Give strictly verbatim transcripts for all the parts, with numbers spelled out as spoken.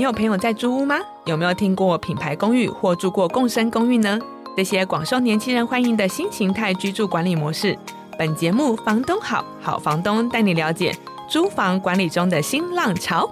你有朋友在租屋吗？有没有听过品牌公寓或住过共生公寓呢？这些广受年轻人欢迎的新形态居住管理模式，本节目房东好好房东带你了解租房管理中的新浪潮。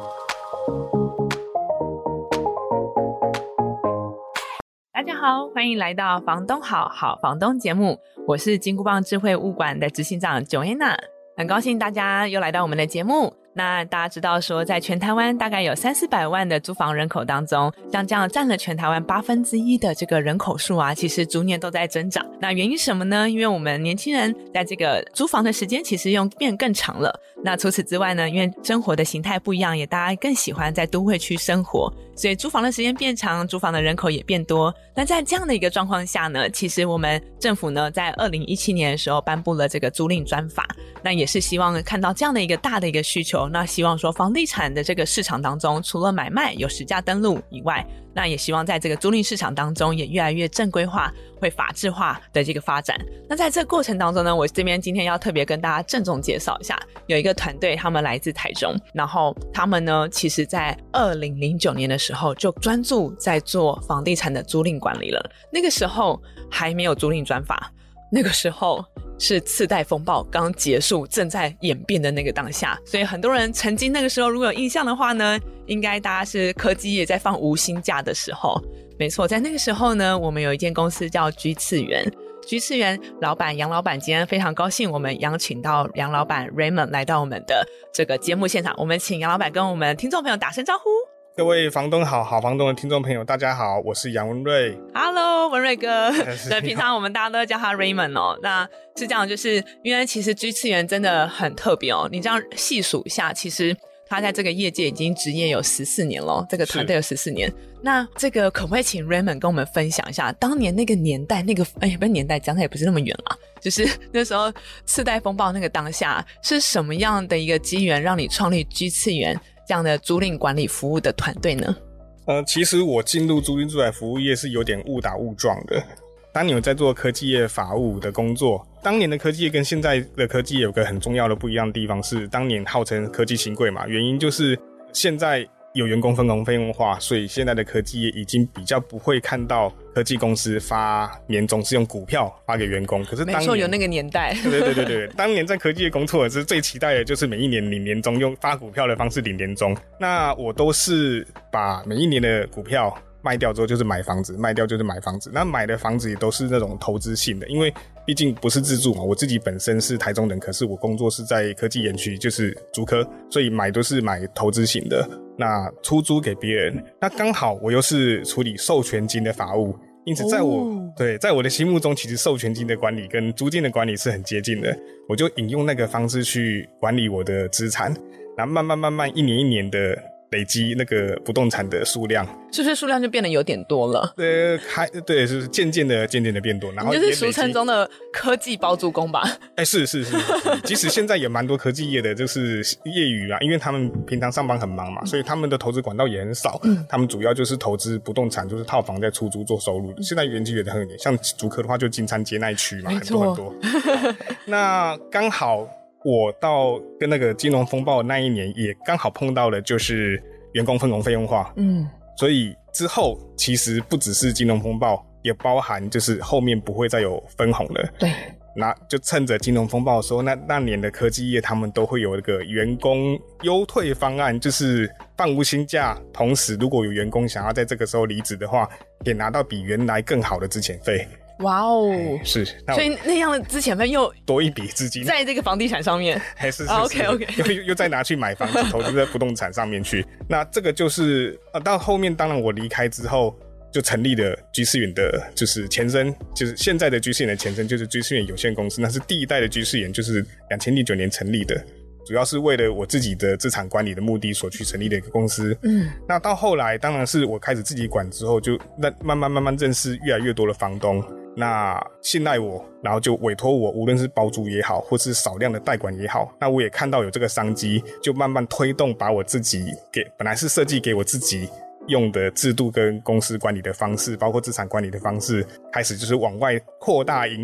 大家好，欢迎来到房东好好房东节目，我是金箍棒智慧物管的执行长 Joanna， 很高兴大家又来到我们的节目。那大家知道说，在全台湾大概有三四百万的租房人口当中，像这样占了全台湾八分之一的这个人口数啊，其实逐年都在增长。那原因是什么呢？因为我们年轻人在这个租房的时间其实用变更长了。那除此之外呢，因为生活的形态不一样，也大家更喜欢在都会区生活，所以租房的时间变长，租房的人口也变多。那在这样的一个状况下呢，其实我们政府呢在二零一七年的时候颁布了这个租赁专法，那也是希望看到这样的一个大的一个需求，那希望说房地产的这个市场当中，除了买卖有实价登录以外，那也希望在这个租赁市场当中也越来越正规化，会法制化的这个发展。那在这个过程当中呢，我这边今天要特别跟大家郑重介绍一下，有一个团队他们来自台中，然后他们呢其实在二零零九年的时候就专注在做房地产的租赁管理了。那个时候还没有租赁专法，那个时候是次贷风暴刚结束正在演变的那个当下，所以很多人曾经那个时候如果有印象的话呢，应该大家是科技业在放无薪假的时候。没错，在那个时候呢，我们有一间公司叫居次元，居次元老板杨老板今天非常高兴，我们邀请到杨老板 Raymond 来到我们的这个节目现场，我们请杨老板跟我们听众朋友打声招呼。 各位房东好好房东的听众朋友大家好，我是杨文瑞。 Hello 文瑞哥对，平常我们大家都会叫他 Raymond 哦。那是这样，就是因为其实居次元真的很特别哦，你这样细数一下，其实他在这个业界已经职业有十四年了，这个团队有十四年。那这个可不可以请 Raymond 跟我们分享一下当年那个年代，那个哎，不是年代，讲起来也不是那么远啦，就是那时候次贷风暴那个当下是什么样的一个机缘让你创立居次元这样的租赁管理服务的团队呢？ 呃，其实我进入租赁住宅服务业是有点误打误撞的。当年有在做科技业法务的工作，当年的科技业跟现在的科技业有个很重要的不一样的地方是，当年号称科技新贵嘛，原因就是现在有员工分红费用化，所以现在的科技业已经比较不会看到科技公司发年终是用股票发给员工。可是当年没错，有那个年代对对对对对，当年在科技业工作的是最期待的就是每一年领年终，用发股票的方式领年终。那我都是把每一年的股票卖掉之后就是买房子，卖掉就是买房子。那买的房子也都是那种投资性的，因为毕竟不是自住嘛，我自己本身是台中人，可是我工作是在科技园区，就是竹科，所以买都是买投资型的，那出租给别人。那刚好我又是处理授权金的法务，因此在我、哦、对在我的心目中，其实授权金的管理跟租金的管理是很接近的，我就引用那个方式去管理我的资产，然后慢慢慢慢一年一年的累积那个不动产的数量， 是不是数量就变得有点多了？ 对，开对是渐渐的渐渐的变多，然后你就是俗称中的科技包租公吧？ 哎，是是是是，其实现在也蛮多科技业的，就是业余啊，因为他们平常上班很忙嘛，所以他们的投资管道也很少，嗯、他们主要就是投资不动产，就是套房在出租做收入。现在园区也很有，像竹科的话就金山街那一区嘛，很多很多。那刚好。我到跟那个金融风暴那一年也刚好碰到了就是员工分红费用化，嗯，所以之后其实不只是金融风暴，也包含就是后面不会再有分红了。 对， 那就趁着金融风暴的时候，那那年的科技业他们都会有一个员工优退方案，就是放无薪假，同时如果有员工想要在这个时候离职的话，可以拿到比原来更好的资遣费。 哇哦， 是， 所以那样的资遣费又多一笔资金在这个房地产上面， 还是是是、 啊、OK OK， 又又再拿去买房子，投资在不动产上面去。那这个就是呃，到后面当然我离开之后，就成立了居士远的，就是前身，就是现在的居士远的前身就是居士远有限公司，那是第一代的居士远，就是二零零九年成立的。主要是为了我自己的资产管理的目的所去成立的一个公司。嗯，那到后来当然是我开始自己管之后，就慢慢慢慢认识越来越多的房东，那信赖我，然后就委托我，无论是包租也好，或是少量的代管也好，那我也看到有这个商机，就慢慢推动，把我自己给本来是设计给我自己用的制度跟公司管理的方式，包括资产管理的方式，开始就是往外扩大营业，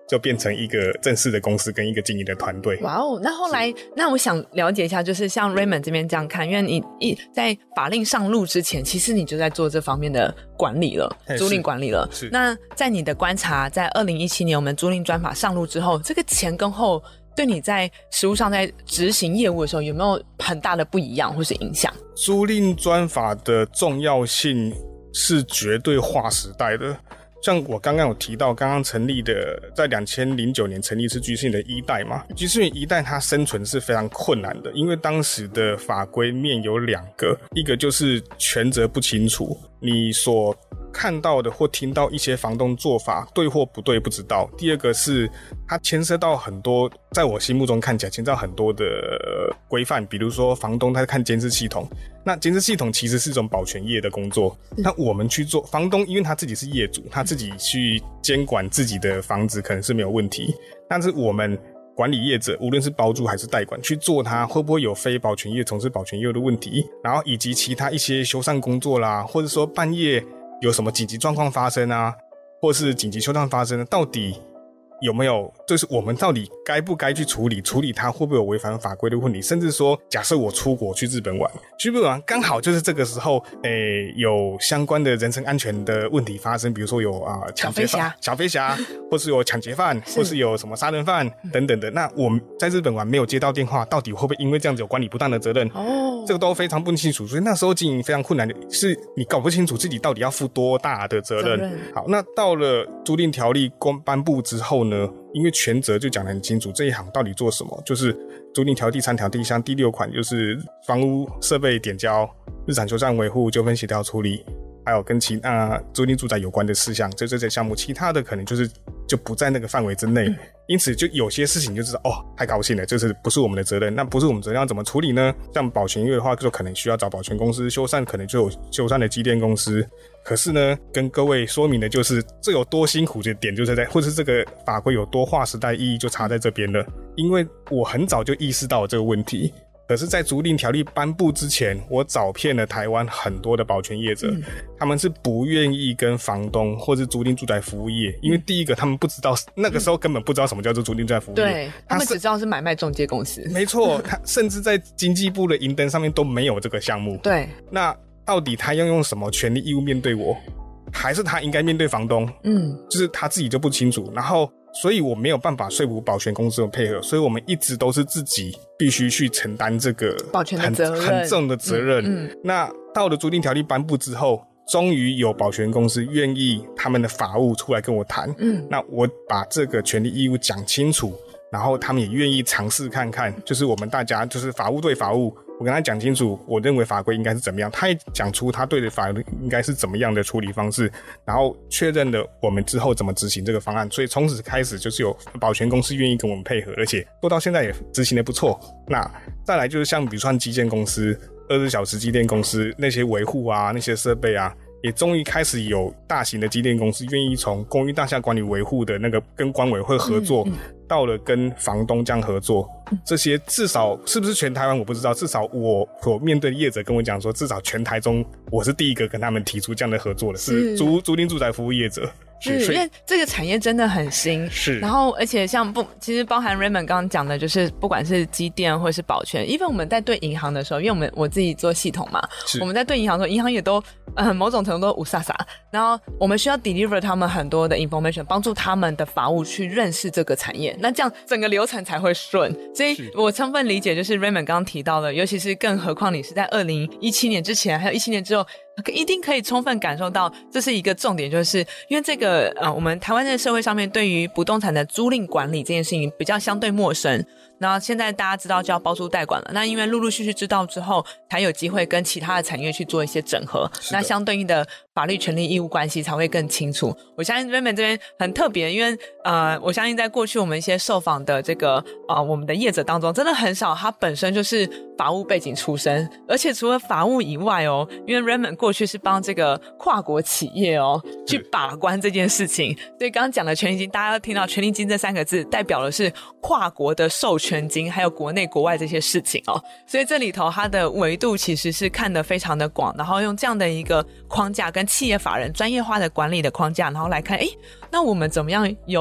就变成一个正式的公司跟一个经营的团队。 哇哦，那后来那我想了解一下，就是像 Raymond 这边这样看，因为你一在法令上路之前，其实你就在做这方面的管理了，租赁管理了。 是。 那在你的观察，在二零一七年我们租赁专法上路之后，这个前跟后对你在实务上在执行业务的时候有没有很大的不一样或是影响？ 租赁专法的重要性是绝对划时代的。像我刚刚有提到，刚刚成立的，在二零零九年成立是居士云的一代嘛，居士云一代它生存是非常困难的，因为当时的法规面有两个，一个就是权责不清楚，你所看到的或听到一些房东做法对或不对不知道，第二个是它牵涉到很多，在我心目中看起来牵涉到很多的规范，比如说房东他看监视系统，那监视系统其实是一种保全业的工作，那我们去做房东，因为他自己是业主，他自己去监管自己的房子可能是没有问题，但是我们管理业者无论是包租还是代管去做它，会不会有非保全业从事保全业的问题，然后以及其他一些修缮工作啦，或者说半夜有什么紧急状况发生啊，或是紧急修缮发生，到底有没有，就是我们到底该不该去处理处理它会不会有违反法规的问题，甚至说假设我出国去日本玩，去日本玩刚好就是这个时候诶有相关的人身安全的问题发生，比如说有啊抢劫犯小飞侠或是有抢劫犯或是有什么杀人犯等等的，那我们在日本玩没有接到电话，到底会不会因为这样子有管理不当的责任，哦，这个都非常不清楚，所以那时候经营非常困难的是你搞不清楚自己到底要负多大的责任, 责任好，那到了租赁条例颁布之后呢，因为权责就讲得很清楚，这一行到底做什么，就是租赁条第三条第一项第六款，就是房屋设备点交、日常修缮维护、纠纷协调处理，还有跟其他租赁住宅有关的事项，就这些项目，其他的可能就是就不在那个范围之内，嗯，因此就有些事情就知道哦，太高兴了，这是不是我们的责任？那不是我们责任要怎么处理呢？像保全业的话，就可能需要找保全公司，修缮可能就有修缮的机电公司。可是呢，跟各位说明的就是，这有多辛苦的点就在，或是这个法规有多划时代意义就差在这边了。因为我很早就意识到了这个问题。可是在租赁条例颁布之前，我找遍了台湾很多的保全业者，嗯，他们是不愿意跟房东或是租赁住宅服务业，因为第一个他们不知道，那个时候根本不知道什么叫做租赁住宅服务业， 对，他们只知道是买卖中介公司， 没错，他甚至在经济部的银灯上面都没有这个项目， 对， 那到底他要用什么权利义务面对我，还是他应该面对房东，嗯，就是他自己就不清楚，然后所以我没有办法说服保全公司的配合，所以我们一直都是自己必须去承担这个保全的责任， 很重的责任。嗯嗯，那到了租赁条例颁布之后，终于有保全公司愿意他们的法务出来跟我谈，嗯，那我把这个权利义务讲清楚，然后他们也愿意尝试看看，就是我们大家就是法务对法务，我跟他讲清楚我认为法规应该是怎么样，他也讲出他对的法律应该是怎么样的处理方式，然后确认了我们之后怎么执行这个方案，所以从此开始就是有保全公司愿意跟我们配合，而且做到现在也执行的不错。那再来就是像比如说基建公司、二十四小时机电公司那些维护啊，那些设备啊，也终于开始有大型的机电公司愿意从公寓大厦管理维护的那个跟管委会合作，嗯嗯，到了跟房东这样合作，嗯，这些至少是不是全台湾我不知道，至少我所面对的业者跟我讲说，至少全台中我是第一个跟他们提出这样的合作的，是, 是租租赁住宅服务业者。 是，因为这个产业真的很新， 是。 然后，而且像不，其实包含 Raymond 刚刚讲的，就是不管是机电或是保全 ，even 我们在对银行的时候，因为我们我自己做系统嘛，我们在对银行的时候，银行也都呃某种程度都五煞煞，然后我们需要 deliver 他们很多的 information， 帮助他们的法务去认识这个产业，那这样整个流程才会顺。所以我充分理解，就是 Raymond 刚刚提到的，尤其是更何况你是在二零一七年之前，还有一七年之后。一定可以充分感受到这是一个重点，就是因为这个呃，我们台湾的社会上面对于不动产的租赁管理这件事情比较相对陌生，然后现在大家知道叫包租代管了，那因为陆陆续续知道之后才有机会跟其他的产业去做一些整合，那相对应的法律权利义务关系才会更清楚。我相信 Raymond 这边很特别，因为呃，我相信在过去我们一些受访的这个呃我们的业者当中，真的很少他本身就是法务背景出身，而且除了法务以外哦，因为 Raymond 过去是帮这个跨国企业哦去把关这件事情，所以刚刚讲的权利金，大家都听到权利金这三个字代表的是跨国的授权金，还有国内国外这些事情哦，所以这里头它的维度其实是看得非常的广，然后用这样的一个框架跟企业法人专业化的管理的框架，然后来看诶，那我们怎么样有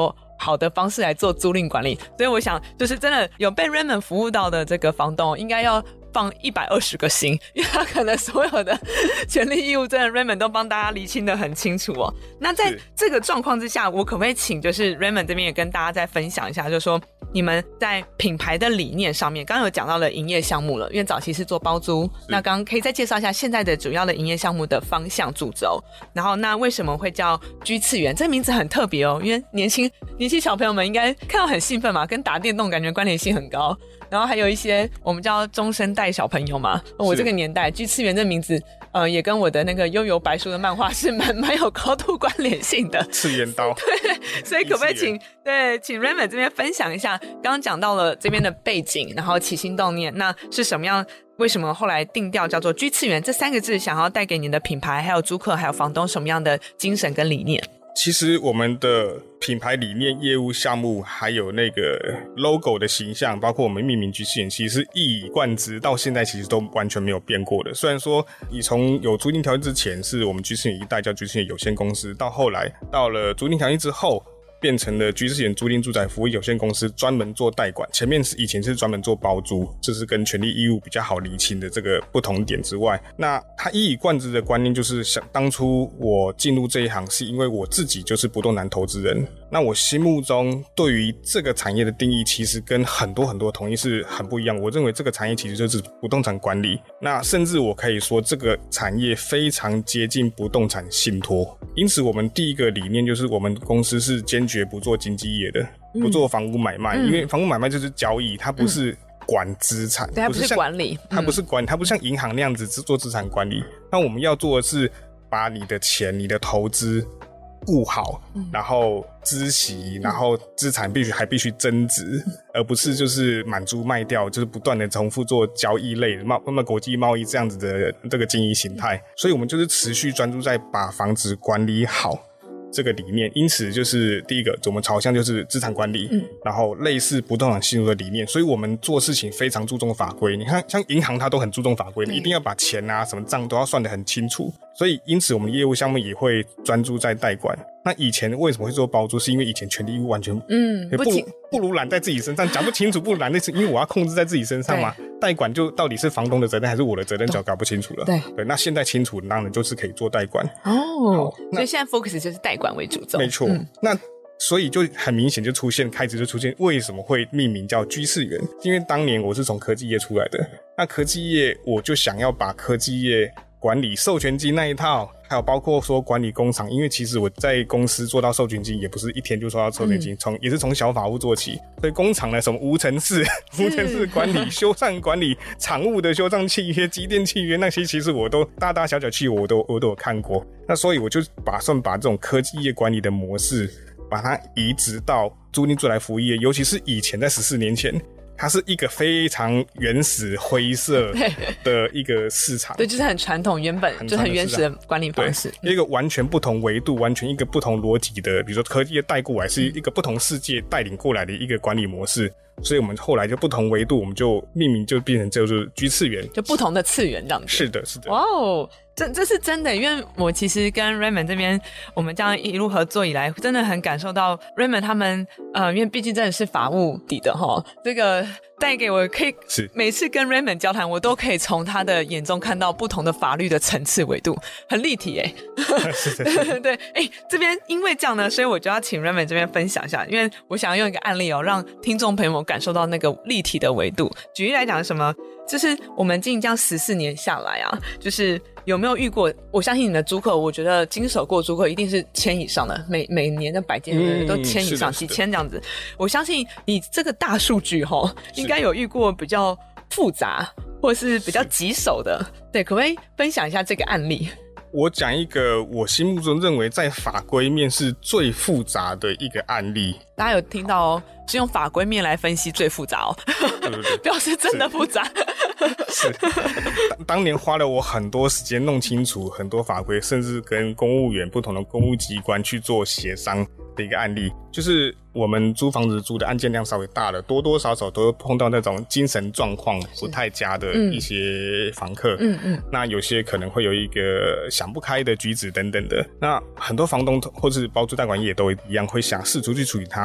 好的方式来做租赁管理。所以我想就是真的有被 Raymond 服务到的这个房东应该要放一百二十个心，因为他可能所有的权利义务真的 Raymond 都帮大家厘清的很清楚哦。那在这个状况之下，我可不可以请就是 Raymond 这边也跟大家再分享一下，就是说你们在品牌的理念上面，刚刚有讲到了营业项目了，因为早期是做包租，那刚刚可以再介绍一下现在的主要的营业项目的方向主轴，然后那为什么会叫居次元？这个名字很特别哦，因为年轻年轻小朋友们应该看到很兴奋嘛，跟打电动感觉关联性很高。然后还有一些我们叫中生代小朋友嘛，我这个年代居次元这名字呃，也跟我的那个幽游白书的漫画是蛮蛮有高度关联性的。 次元刀。 对，所以可不可以请对请 Raymond 这边分享一下，刚刚讲到了这边的背景，然后起心动念，那是什么样？为什么后来定调叫做居次元这三个字，想要带给你的品牌、还有租客、还有房东什么样的精神跟理念？ 其实我们的品牌理念、业务项目，还有那个 logo 的形象，包括我们命名居次元，其实是一以贯之，到现在其实都完全没有变过的。虽然说你从有租赁条例之前是我们居次元一代叫居次元有限公司，到后来到了租赁条例之后变成了居次元租赁住宅服务有限公司，专门做代管。前面是以前是专门做包租，这是跟权利义务比较好厘清的这个不同点之外，那它一以贯之的观念就是想当初我进入这一行是因为我自己就是不动产投资人，那我心目中对于这个产业的定义其实跟很多很多同业是很不一样。我认为这个产业其实就是不动产管理，那甚至我可以说这个产业非常接近不动产信托。因此我们第一个理念就是我们公司是坚决不做经纪业的，不做房屋买卖、嗯、因为房屋买卖就是交易，它不是管资产、嗯、 对，它不是管理， 它不是管，它不像银行那样子做资产管理。那我们要做的是把你的钱、你的投资顾好、嗯、然后孳息，然后资产必须还必须增值、嗯、而不是就是满租卖掉，就是不断的重复做交易类的贸国际贸易这样子的这个经营形态。所以我们就是持续专注在把房子管理好这个理念。因此就是第一个我们朝向就是资产管理、嗯、然后类似不动产信托的理念，所以我们做事情非常注重法规。你看像银行它都很注重法规，一定要把钱啊什么账都要算得很清楚，所以因此我们的业务项目也会专注在代管。那以前为什么会做包租，是因为以前权利义务完全嗯不如不如揽在自己身上，讲不清楚，不如揽在因为我要控制在自己身上嘛，代管就到底是房东的责任还是我的责任就搞不清楚了。对对，那现在清楚，当然就是可以做代管哦。所以现在 focus 就是代管为主轴， 没错、嗯、那所以就很明显就出现开始就出现为什么会命名叫居次元，因为当年我是从科技业出来的，那科技业我就想要把科技业管理授权金那一套，还有包括说管理工厂，因为其实我在公司做到授权金也不是一天就做到授权金，从、嗯、也是从小法务做起，所以工厂呢什么无尘室无尘室管理、修缮管理、厂务的修缮契约、机电契约那些，其实我都大大小小契约我都我都有看过。那所以我就把算把这种科技业管理的模式把它移植到租赁住宅服务业，尤其是以前在十四年前它是一个非常原始灰色的一个市场， 对，就是很传统，原本就很原始的管理方式， 一个完全不同维度、完全一个不同逻辑的，比如说科技的带过来，是一个不同世界带领过来的一个管理模式。所以我们后来就不同维度，我们就命名就变成就是居次元， 就不同的次元这样子。 是的，是的。 哇哦，这这是真的，因为我其实跟 Raymond 这边我们这样一路合作以来，真的很感受到 Raymond 他们呃，因为毕竟真的是法务底的齁，这个带给我可以是每次跟 Raymond 交谈，我都可以从他的眼中看到不同的法律的层次维度，很立体哎、欸。是的，对，哎、欸，这边因为这样呢，所以我就要请 Raymond 这边分享一下，因为我想要用一个案例哦，让听众朋友们感受到那个立体的维度。举例来讲，什么？就是我们经营这样十四年下来啊，就是有没有遇过？我相信你的租客，我觉得经手过租客一定是千以上的，每每年的百件人都千以上、嗯、几千这样子。我相信你这个大数据齁，应该有遇过比较复杂或是比较棘手的，对，可不可以分享一下这个案例？ 我讲一个我心目中认为在法规面是最复杂的一个案例。 大家有听到哦，是用法规面来分析最复杂哦，对对对，表示真的复杂。 是，当年花了我很多时间弄清楚很多法规，甚至跟公务员不同的公务机关去做协商的一个案例。就是我们租房子租的案件量稍微大了，多多少少都会碰到那种精神状况不太佳的一些房客，嗯嗯，那有些可能会有一个想不开的举止等等的，那很多房东或是包租代管业都一样会想试图去处理它，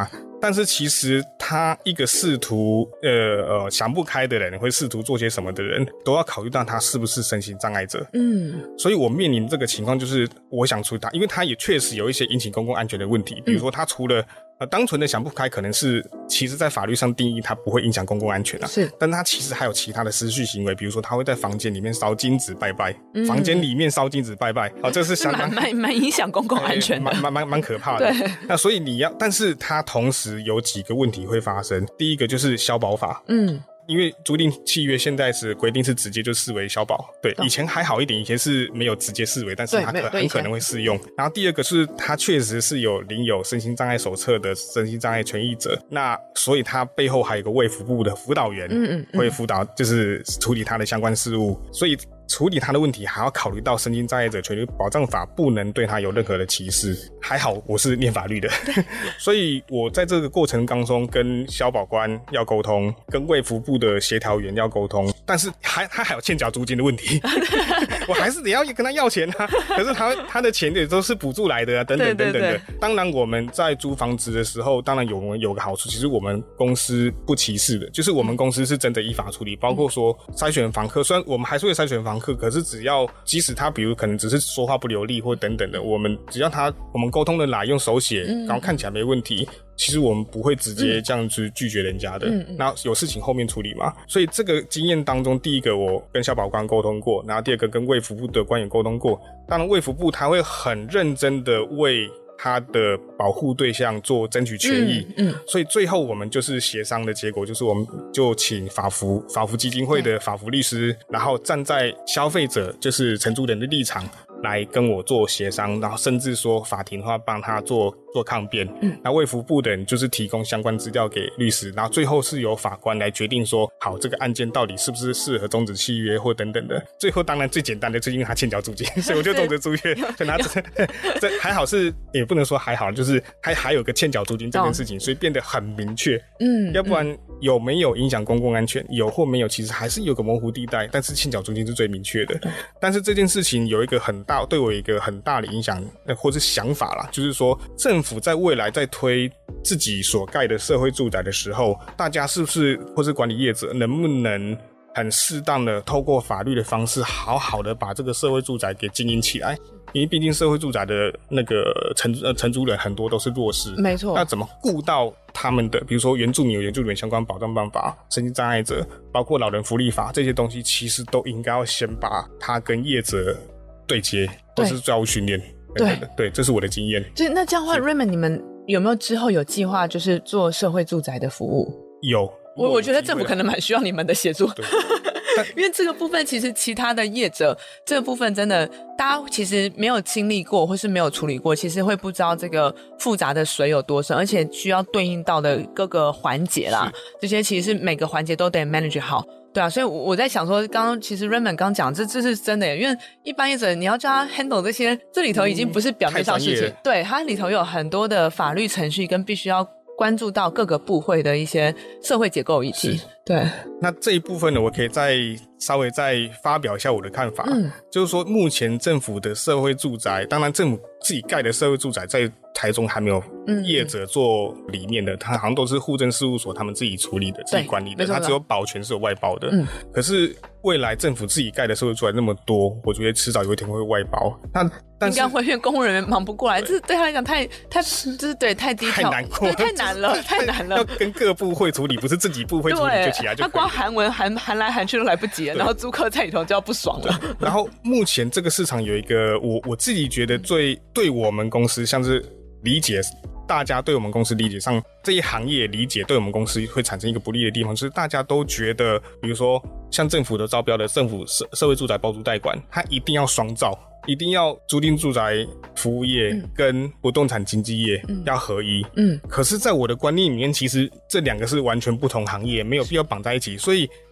他。但是其实他一个试图呃呃想不开的人，会试图做些什么的人，都要考虑到他是不是身心障碍者。嗯，所以我面临这个情况就是，我想处理他，因为他也确实有一些引起公共安全的问题，比如说他除了呃，单纯的想不开，可能是其实在法律上定义它不会影响公共安全啊， 是， 但它其实还有其他的失序行为，比如说他会在房间里面烧金纸拜拜，嗯、房间里面烧金纸拜拜，好、哦，这是相当蛮蛮影响公共安全的， 蛮蛮蛮蛮可怕的。 对， 那所以你要，但是它同时有几个问题会发生，第一个就是消保法，嗯。因为租赁契约现在是规定是直接就视为消保，对，以前还好一点，以前是没有直接视为，但是它可很可能会适用。然后第二个是它确实是有领有身心障碍手册的身心障碍权益者，那所以它背后还有个卫福部的辅导员，嗯嗯嗯，会辅导就是处理他的相关事务，所以处理他的问题还要考虑到身心障碍者权利保障法不能对他有任何的歧视。还好我是念法律的，所以我在这个过程当中跟消保官要沟通，跟卫福部的协调员要沟通，但是还他还有欠缴租金的问题，我还是得要跟他要钱啊。可是他他的钱也都是补助来的啊，等等等等的。对对对，当然我们在租房子的时候，当然有有个好处，其实我们公司不歧视的，就是我们公司是真的依法处理，包括说筛选房客，虽然我们还是会筛选房客，可是只要即使他比如可能只是说话不流利或等等的，我们只要他我们沟通的来用手写，然后看起来没问题，其实我们不会直接这样子拒绝人家的，那、嗯、有事情后面处理嘛。所以这个经验当中，第一个我跟消保官沟通过，然后第二个跟卫福部的官员沟通过。当然卫福部他会很认真的为他的保护对象做争取权益，嗯，嗯所以最后我们就是协商的结果，就是我们就请法服法服基金会的法服律师，然后站在消费者就是承租人的立场来跟我做协商，然后甚至说法庭的话帮他做做抗辩，嗯，那卫福部的人就是提供相关资料给律师，然后最后是由法官来决定说，好，这个案件到底是不是适合终止契约或等等的。最后当然最简单的，就是因为他欠缴租金，所以我就终止租约，就拿这这还好是也不能说还好，就是还还有个欠缴租金这件事情，所以变得很明确，嗯，要不然有没有影响公共安全，有或没有，其实还是有个模糊地带，但是欠缴租金是最明确的。但是这件事情有一个很大对我有一个很大的影响，或是想法啦，就是说政府在未来在推自己所盖的社会住宅的时候，大家是不是或是管理业者能不能很适当的透过法律的方式好好的把这个社会住宅给经营起来。因为毕竟社会住宅的那个承呃承租人很多都是弱势， 没错。 那怎么顾到他们的，比如说原住民有原住民相关保障办法，身心障碍者，包括老人福利法这些东西，其实都应该要先把它跟业者对接，或是教育训练。对对，这是我的经验。 就那这样的话 ，Raymond， 你们有没有之后有计划就是做社会住宅的服务？ 有， 我我觉得政府可能蛮需要你们的协助。因为这个部分其实其他的业者这个部分真的大家其实没有经历过或是没有处理过，其实会不知道这个复杂的水有多深，而且需要对应到的各个环节啦，这些其实是每个环节都得 manage 好。对啊，所以我在想说刚刚其实 Raymond 刚讲这这是真的耶，因为一般业者你要叫他 handle 这些，这里头已经不是表面上事情，对，它里头有很多的法律程序跟必须要关注到各个部会的一些社会结构议题。对， 那这一部分呢，我可以再稍微再发表一下我的看法。嗯，就是说目前政府的社会住宅，当然政府自己盖的社会住宅在台中还没有业者做里面的，嗯、它好像都是户政事务所他们自己处理的、自己管理的，它只有保全是有外包的。嗯，可是未来政府自己盖的社会住宅那么多，我觉得迟早有一天会外包。那但是应该会因为公务人员忙不过来，这对他来讲太太就是对太低调， 太难过， 太难了，太难了。 要跟各部会处理，不是自己部会处理就起来就可以了。他光韩文韩韩来韩去都来不及了，然后租客在里头就要不爽了。 然后目前这个市场有一个我我自己觉得最对我们公司像是理解。大家对我们公司理解上这一行业理解对我们公司会产生一个不利的地方，就是大家都觉得比如说像政府的招标的政府社社会住宅包租代管，它一定要双照，一定要租赁住宅服务业跟不动产经纪业要合一。嗯，可是在我的观念里面，其实这两个是完全不同行业，没有必要绑在一起。所以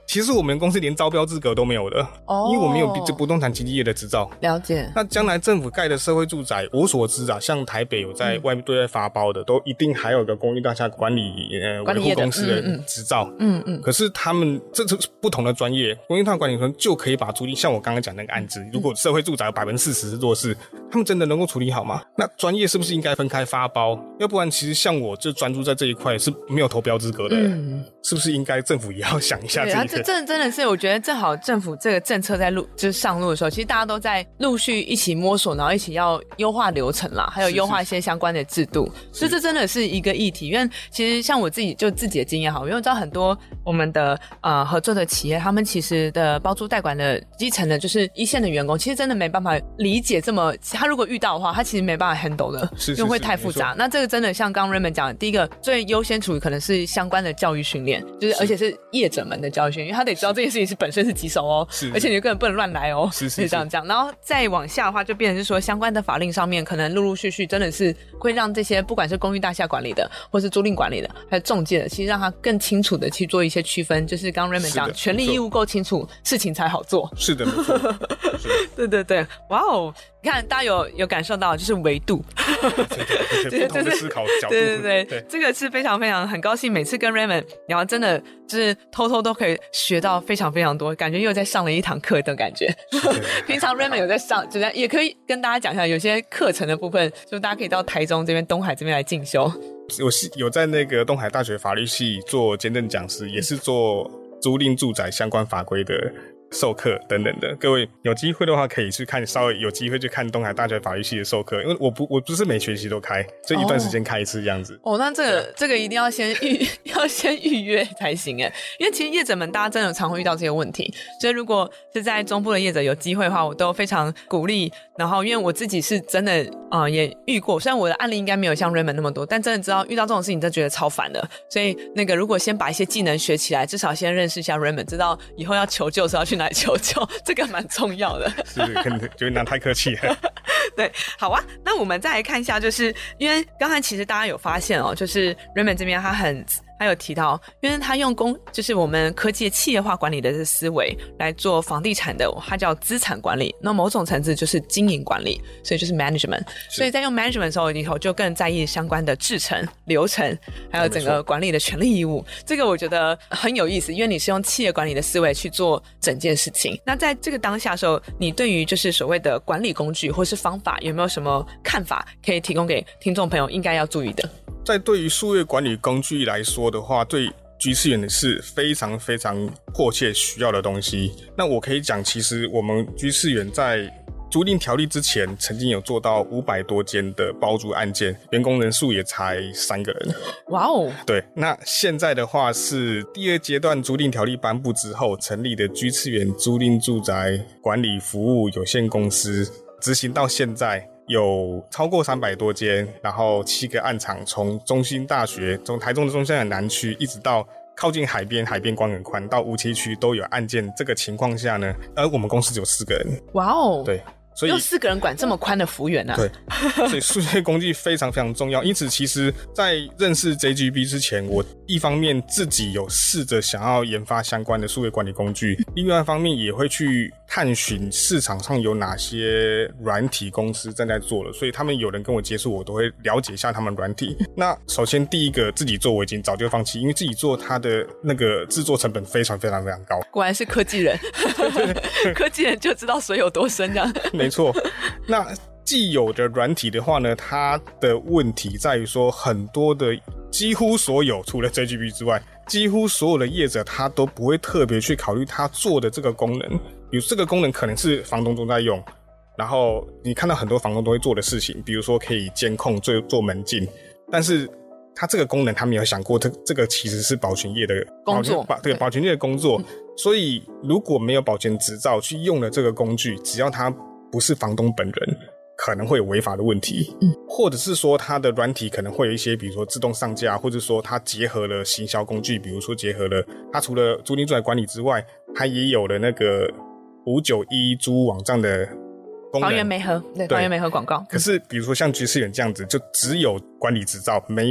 其实我们公司连招标资格都没有的，哦，因为我没有不动产经纪业的执照。 了解。 那将来政府盖的社会住宅，我所知啊，像台北有在外面对外发包的，嗯、都一定还有个公寓大厦管理呃维护公司的执照。嗯 嗯, 嗯。可是他们这是不同的专业，公寓大厦管理可能就可以把租赁，像我刚刚讲那个案子，如果社会住宅有百分之四十是弱势，他们真的能够处理好吗？那专业是不是应该分开发包？要不然其实像我就专注在这一块是没有投标资格的，嗯，是不是应该政府也要想一下这一点？ 这真的真的是，我觉得正好政府这个政策在路就是上路的时候，其实大家都在陆续一起摸索，然后一起要优化流程啦，还有优化一些相关的制度，所以这真的是一个议题。因为其实像我自己就自己的经验好，因为我知道很多我们的呃合作的企业，他们其实的包租代管的基层的就是一线的员工，其实真的没办法理解这么，他如果遇到的话，他其实没办法 handle 的， 是是是， 因为会太复杂。那这个真的像刚刚 Raymond 讲的，第一个最优先处理可能是相关的教育训练，就是而且是业者们的教育训练，因为他得知道这件事情是本身是棘手哦，是，而且你根本不能乱来哦， 是是是， 这样讲。然后再往下的话，就变成是说相关的法令上面，可能陆陆续续真的是会让这些不管是公寓大厦管理的，或是租赁管理的，还有中介的，其实让他更清楚的去做一些区分。就是刚刚 Raymond 讲，权利义务够清楚，事情才好做。 是的，没错。 对对对，哇哦！你看，大家有有感受到，就是维度， 对对对，不同的思考角度， 对对 对, 对，这个是非常非常很高兴，每次跟 Raymond 然后真的就是偷偷都可以学到非常非常多，感觉又在上了一堂课的感觉。平常 Raymond 有在上，就也可以跟大家讲一下，有些课程的部分，就大家可以到台中这边、东海这边来进修。 我有在那个东海大学法律系做兼任讲师，也是做租赁住宅相关法规的授课等等的，各位有机会的话可以去看，稍微有机会去看东海大学法律系的授课，因为我不我不是每学期都开，就一段时间开一次这样子。 哦，那这个这个一定要先预要先预约才行哎，因为其实业者们大家真的常会遇到这些问题，所以如果是在中部的业者有机会的话，我都非常鼓励。然后因为我自己是真的啊、呃、也遇过，虽然我的案例应该没有像 Raymond 那么多，但真的知道遇到这种事情真的觉得超烦的。所以那个如果先把一些技能学起来，至少先认识一下 Raymond， 知道以后要求救是要去哪里求救，这个蛮重要的。 是，可能觉得那太客气了。 对，好啊，那我们再来看一下，就是因为刚才其实大家有发现哦，就是 Raymond 这边他很他有提到，因为他用公就是我们科技企业化管理的思维来做房地产的，它叫资产管理，那某种层次就是经营管理，所以就是 management。所以在用 management 的时候，以后就更在意相关的制程、流程，还有整个管理的权利义务。这个我觉得很有意思，因为你是用企业管理的思维去做整件事情。那在这个当下的时候，你对于就是所谓的管理工具或是方法，有没有什么看法可以提供给听众朋友应该要注意的？ 在对于数位管理工具来说的话，对居士园是非常非常迫切需要的东西。那我可以讲，其实我们居士园在租赁条例之前，曾经有做到五百多间的包租案件，员工人数也才三个人。 哇哦！ 对，那现在的话是第二阶段租赁条例颁布之后成立的居士园租赁住宅管理服务有限公司，执行到现在。有超过三百多间，然后七个案场，从中兴大学，从台中的中兴的南区，一直到靠近海边，海边光很宽，到乌七区都有案件。这个情况下呢，而我们公司只有四个人。 哇哦！ 对。所以有四个人管这么宽的服务员啊？ 对，所以数学工具非常非常重要。因此，其实在认识 J G B 之前，我一方面自己有试着想要研发相关的数位管理工具，另外一方面也会去探寻市场上有哪些软体公司正在做了。所以他们有人跟我接触，我都会了解一下他们软体。那首先第一个自己做，我已经早就放弃，因为自己做它的那个制作成本非常非常非常高。 果然是科技人，科技人就知道水有多深这样。 没错，那既有的软体的话呢，它的问题在于说，很多的几乎所有除了 J G B 之外，几乎所有的业者他都不会特别去考虑他做的这个功能。比如这个功能可能是房东都在用，然后你看到很多房东都会做的事情，比如说可以监控做做门禁，但是他这个功能他没有想过，这这个其实是保全业的工作， 保对保全业的工作。嗯、所以如果没有保全执照去用了这个工具，只要他不是房东本人，可能会有违法的问题，嗯，或者是说它的软体可能会有一些，比如说自动上架，或者说它结合了行销工具，比如说结合了它除了租赁住宅管理之外，它也有了那个五九一租屋网站的功能， 房源媒合，对，房源媒合广告。 可是比如说像居士园这样子，就只有管理执照，没有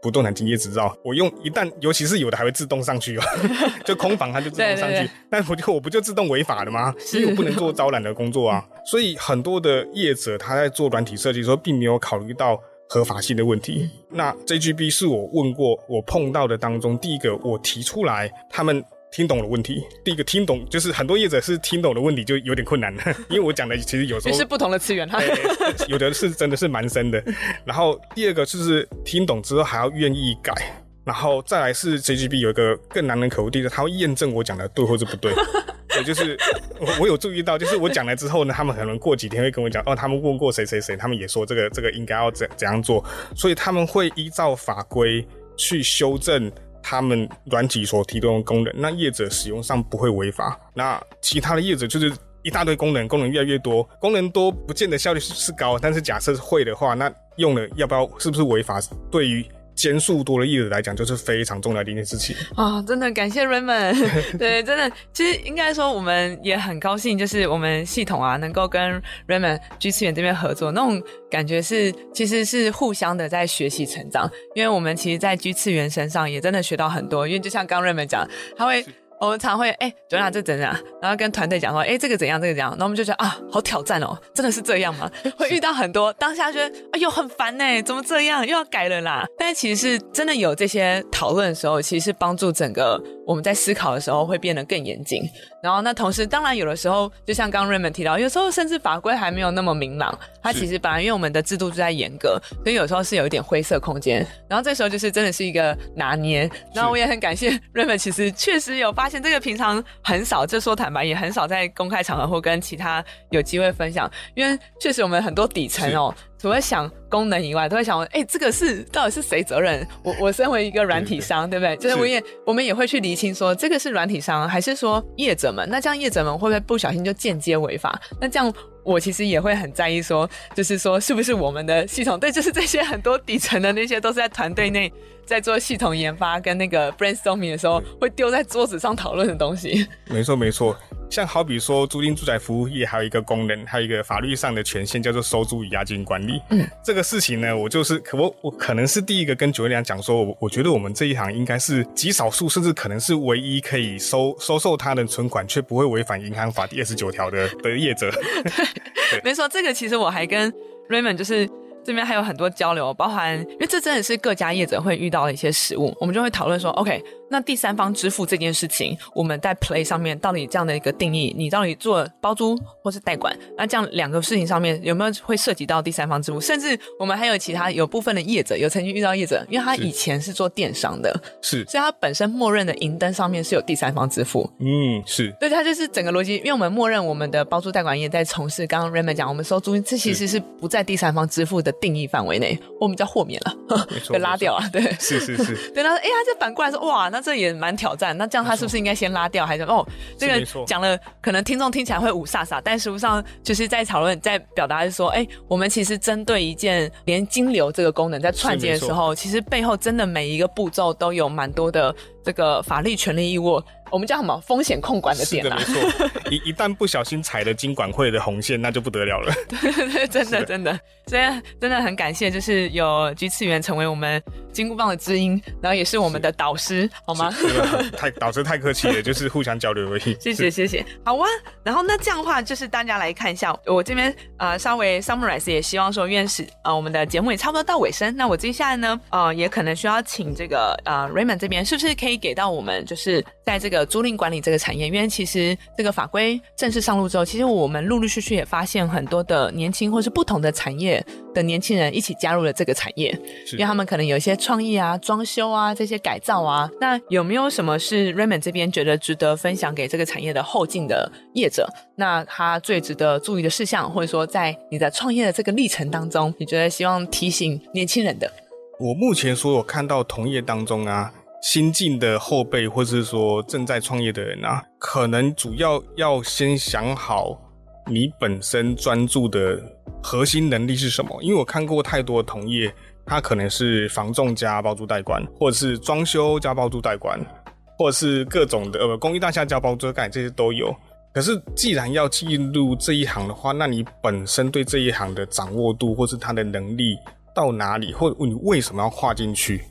不动产经业执照，我用一旦尤其是有的还会自动上去哦，就空房它就自动上去，对对对，但我就我不就自动违法了吗？因为我不能做招揽的工作啊，所以很多的业者他在做软体设计的时候，并没有考虑到合法性的问题。那 J G B 是我问过我碰到的当中第一个我提出来他们听懂了问题。第一个听懂就是很多业者是听懂的问题就有点困难了，因为我讲的其实有时候也是不同的次元哈、 欸，有的是真的是蛮深的。然后第二个就是听懂之后还要愿意改，然后再来是 J G B 有一个更难能可贵的地方，他会验证我讲的对或是不对。对，就是我我有注意到，就是我讲了之后呢，他们可能过几天会跟我讲，哦，他们问过谁谁谁，他们也说这个这个应该要怎怎样做，所以他们会依照法规去修正他们软体所提供的功能，那业者使用上不会违法。那其他的业者就是一大堆功能，功能越来越多，功能多不见得效率是高，但是假设会的话，那用了要不要是不是违法，对于间数多的业者来讲就是非常重要的一件事情啊、哦！真的感谢 Raymond 对，真的其实应该说我们也很高兴，就是我们系统啊能够跟 Raymond G 次元这边合作，那种感觉是其实是互相的在学习成长，因为我们其实在 G 次元身上也真的学到很多，因为就像刚 Raymond 讲，他会我们常会哎，九娜、欸、这怎样，然后跟团队讲说哎、欸，这个怎样这个怎样，然后我们就觉得啊好挑战哦，真的是这样吗？会遇到很多当下觉得哎呦很烦耶，怎么这样又要改了啦，但是其实是真的有这些讨论的时候，其实是帮助整个我们在思考的时候会变得更严谨。然后那同时当然有的时候就像刚刚 Raymond 提到，有时候甚至法规还没有那么明朗，它其实本来因为我们的制度就在严格，所以有时候是有一点灰色空间，然后这时候就是真的是一个拿捏。然后我也很感谢 Raymond 其实确实有发现这个平常很少，就说坦白也很少在公开场合或跟其他有机会分享，因为确实我们很多底层哦除了想功能以外，都会想哎、欸，这个是到底是谁责任？我我身为一个软体商，对不对？就是我也我们也会去厘清说，这个是软体商还是说业者们？那这样业者们会不会不小心就间接违法？那这样我其实也会很在意说，就是说是不是我们的系统？对，就是这些很多底层的那些都是在团队内在做系统研发跟那个 brainstorming 的时候会丢在桌子上讨论的东西。 没错没错，像好比说租赁住宅服务业还有一个功能，还有一个法律上的权限叫做收租与押金管理。嗯，这个事情呢，我就是可我我可能是第一个跟九月亮讲说，我我觉得我们这一行应该是极少数，甚至可能是唯一可以收收受他人存款却不会违反银行法第二十九条的的业者。 对，没错，这个其实我还跟 Raymond 就是这边还有很多交流，包含因为这真的是各家业者会遇到的一些实务，我们就会讨论说 OK， 那第三方支付这件事情我们在 Play 上面到底这样的一个定义，你到底做包租或是代管，那这样两个事情上面有没有会涉及到第三方支付，甚至我们还有其他有部分的业者有曾经遇到业者，因为他以前是做电商的，是，所以他本身默认的银灯上面是有第三方支付。嗯，是，对，他就是整个逻辑，因为我们默认我们的包租代管业在从事刚刚 Raymond 讲我们收租金，这其实是不在第三方支付的定义范围内，我们叫豁免了，被拉掉了，对， 是是是， 对，他说，哎、欸，他就反过来说，哇，那这也蛮挑战，那这样他是不是应该先拉掉，还是哦，这个讲了，可能听众听起来会五煞煞，但实际上就是在讨论，在表达是说，哎、欸，我们其实针对一件连金流这个功能在串接的时候，其实背后真的每一个步骤都有蛮多的这个法律权利义务。我们叫什么风险控管的点啊？ 是的，没错。一一旦不小心踩了金管会的红线，那就不得了了。 对对，真的真的，所以真的很感谢，就是有G次元成为我们金箍棒的知音，然后也是我们的导师，好吗？ 太导师太客气了，就是互相交流而已。 谢谢谢谢，好啊。然后那这样的话，就是大家来看一下，我这边呃稍微 summarize， 也希望说，因为是呃我们的节目也差不多到尾声，那我接下来呢，呃也可能需要请这个呃 Raymond 这边，是不是可以给到我们，就是在这个租赁管理这个产业，因为其实这个法规正式上路之后，其实我们陆陆续续也发现很多的年轻或是不同的产业的年轻人一起加入了这个产业，因为他们可能有一些创意啊、装修啊这些改造啊。那有没有什么是 Raymond 这边觉得值得分享给这个产业的后进的业者？那他最值得注意的事项，或者说在你的创业的这个历程当中，你觉得希望提醒年轻人的？ 我目前所有看到同业当中啊，新进的后辈或是说正在创业的人啊，可能主要要先想好你本身专注的核心能力是什么。因为我看过太多的同业，他可能是房仲加包租代管，或者是装修加包租代管，或者是各种的呃公寓大厦加包租代管，这些都有。可是既然要进入这一行的话，那你本身对这一行的掌握度或是他的能力到哪里，或者你为什么要跨进去，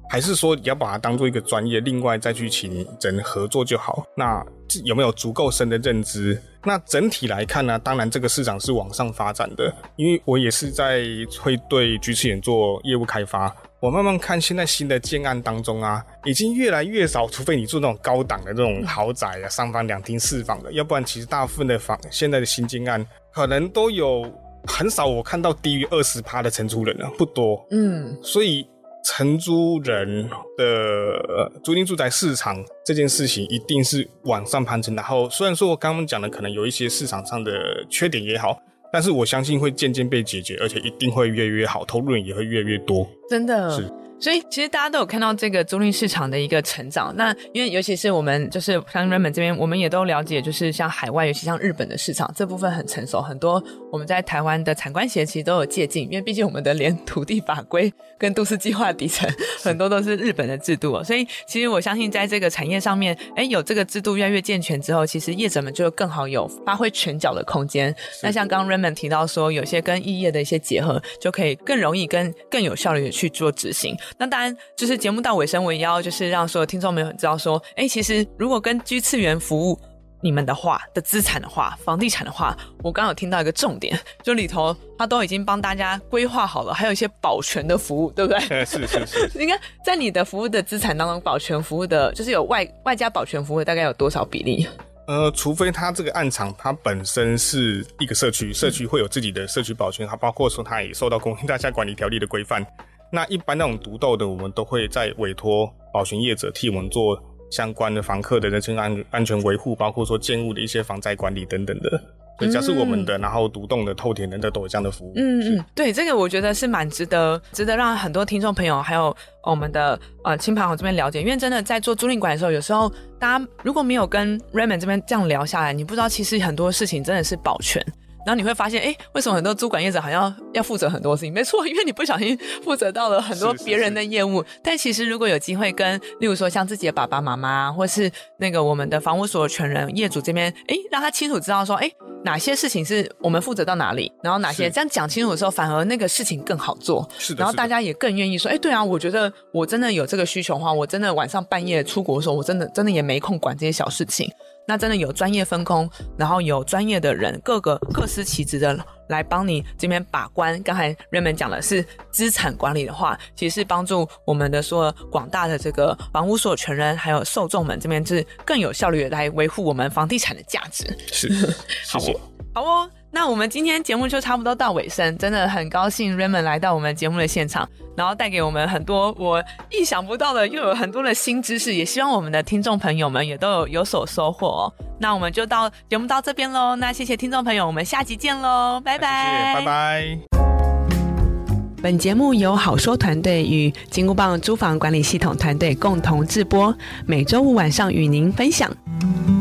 还是说你要把它当做一个专业，另外再去请人合作就好？那有没有足够深的认知？那整体来看呢，当然这个市场是往上发展的，因为我也是在会对居次眼做业务开发。我慢慢看现在新的建案当中啊，已经越来越少，除非你住那种高档的这种豪宅啊，三房两厅四房的，要不然其实大部分的房现在的新建案可能都有很少我看到低于 百分之二十 的承租人了，不多。嗯，所以承租人的、呃、租赁住宅市场这件事情一定是往上攀升，然后虽然说我刚刚讲的可能有一些市场上的缺点也好，但是我相信会渐渐被解决，而且一定会越来越好，投入人也会越来越多。 真的是。 所以其实大家都有看到这个租赁市场的一个成长，那因为尤其是我们就是像 Raymond 这边，我们也都了解，就是像海外尤其像日本的市场这部分很成熟，很多我们在台湾的产官协其实都有借鉴，因为毕竟我们的连土地法规跟都市计划底层很多都是日本的制度、哦、所以其实我相信在这个产业上面，诶有这个制度越来越健全之后，其实业者们就更好有发挥拳脚的空间。那像刚刚 Raymond 提到说有些跟异业的一些结合，就可以更容易跟更有效率的去做执行。那当然就是节目到尾声，我也要就是让所有听众们知道说，诶其实如果跟居次元服务你们的话的资产的话，房地产的话，我刚刚有听到一个重点，就里头他都已经帮大家规划好了，还有一些保全的服务，对不对？ 是是是。 你看在你的服务的资产当中，保全服务的就是有外外加保全服务大概有多少比例？ 呃，除非它这个案场它本身是一个社区，社区会有自己的社区保全，它包括说它也受到公共大厦管理条例的规范。那一般那种独栋的，我们都会在委托保全业者替我们做相关的房客的人身安安全维护，包括说建物的一些防灾管理等等的。所以假设我们的、嗯、然后独栋的透天人的都有这样的服务。 嗯嗯，对，这个我觉得是蛮值得值得让很多听众朋友还有我们的呃亲朋好友这边了解，因为真的在做租赁管理的时候，有时候大家如果没有跟 Raymond 这边这样聊下来，你不知道其实很多事情真的是保全。然后你会发现，哎，为什么很多租管业者好像要负责很多事情？没错，因为你不小心负责到了很多别人的业务。是是是，但其实如果有机会跟，例如说像自己的爸爸妈妈，或是那个我们的房屋所有权人业主这边，哎，让他清楚知道说，哎，哪些事情是我们负责到哪里，然后哪些这样讲清楚的时候，反而那个事情更好做。 是的。 然后大家也更愿意说，哎，对啊，我觉得我真的有这个需求的话，我真的晚上半夜出国的时候，我真的真的也没空管这些小事情。那真的有专业分工，然后有专业的人，各个各司其职的来帮你这边把关。刚才 Raymond 讲的是资产管理的话，其实是帮助我们的说广大的这个房屋所有权人还有受众们这边是更有效率的来维护我们房地产的价值。 是，谢谢。 好哦，那我们今天节目就差不多到尾声，真的很高兴 Raymond 来到我们节目的现场，然后带给我们很多我意想不到的，又有很多的新知识，也希望我们的听众朋友们也都有有所收获哦。那我们就到节目到这边咯，那谢谢听众朋友，我们下集见咯，拜拜。 谢谢，拜拜。 本节目由好说团队与金箍棒租房管理系统团队共同制播，每周五晚上与您分享。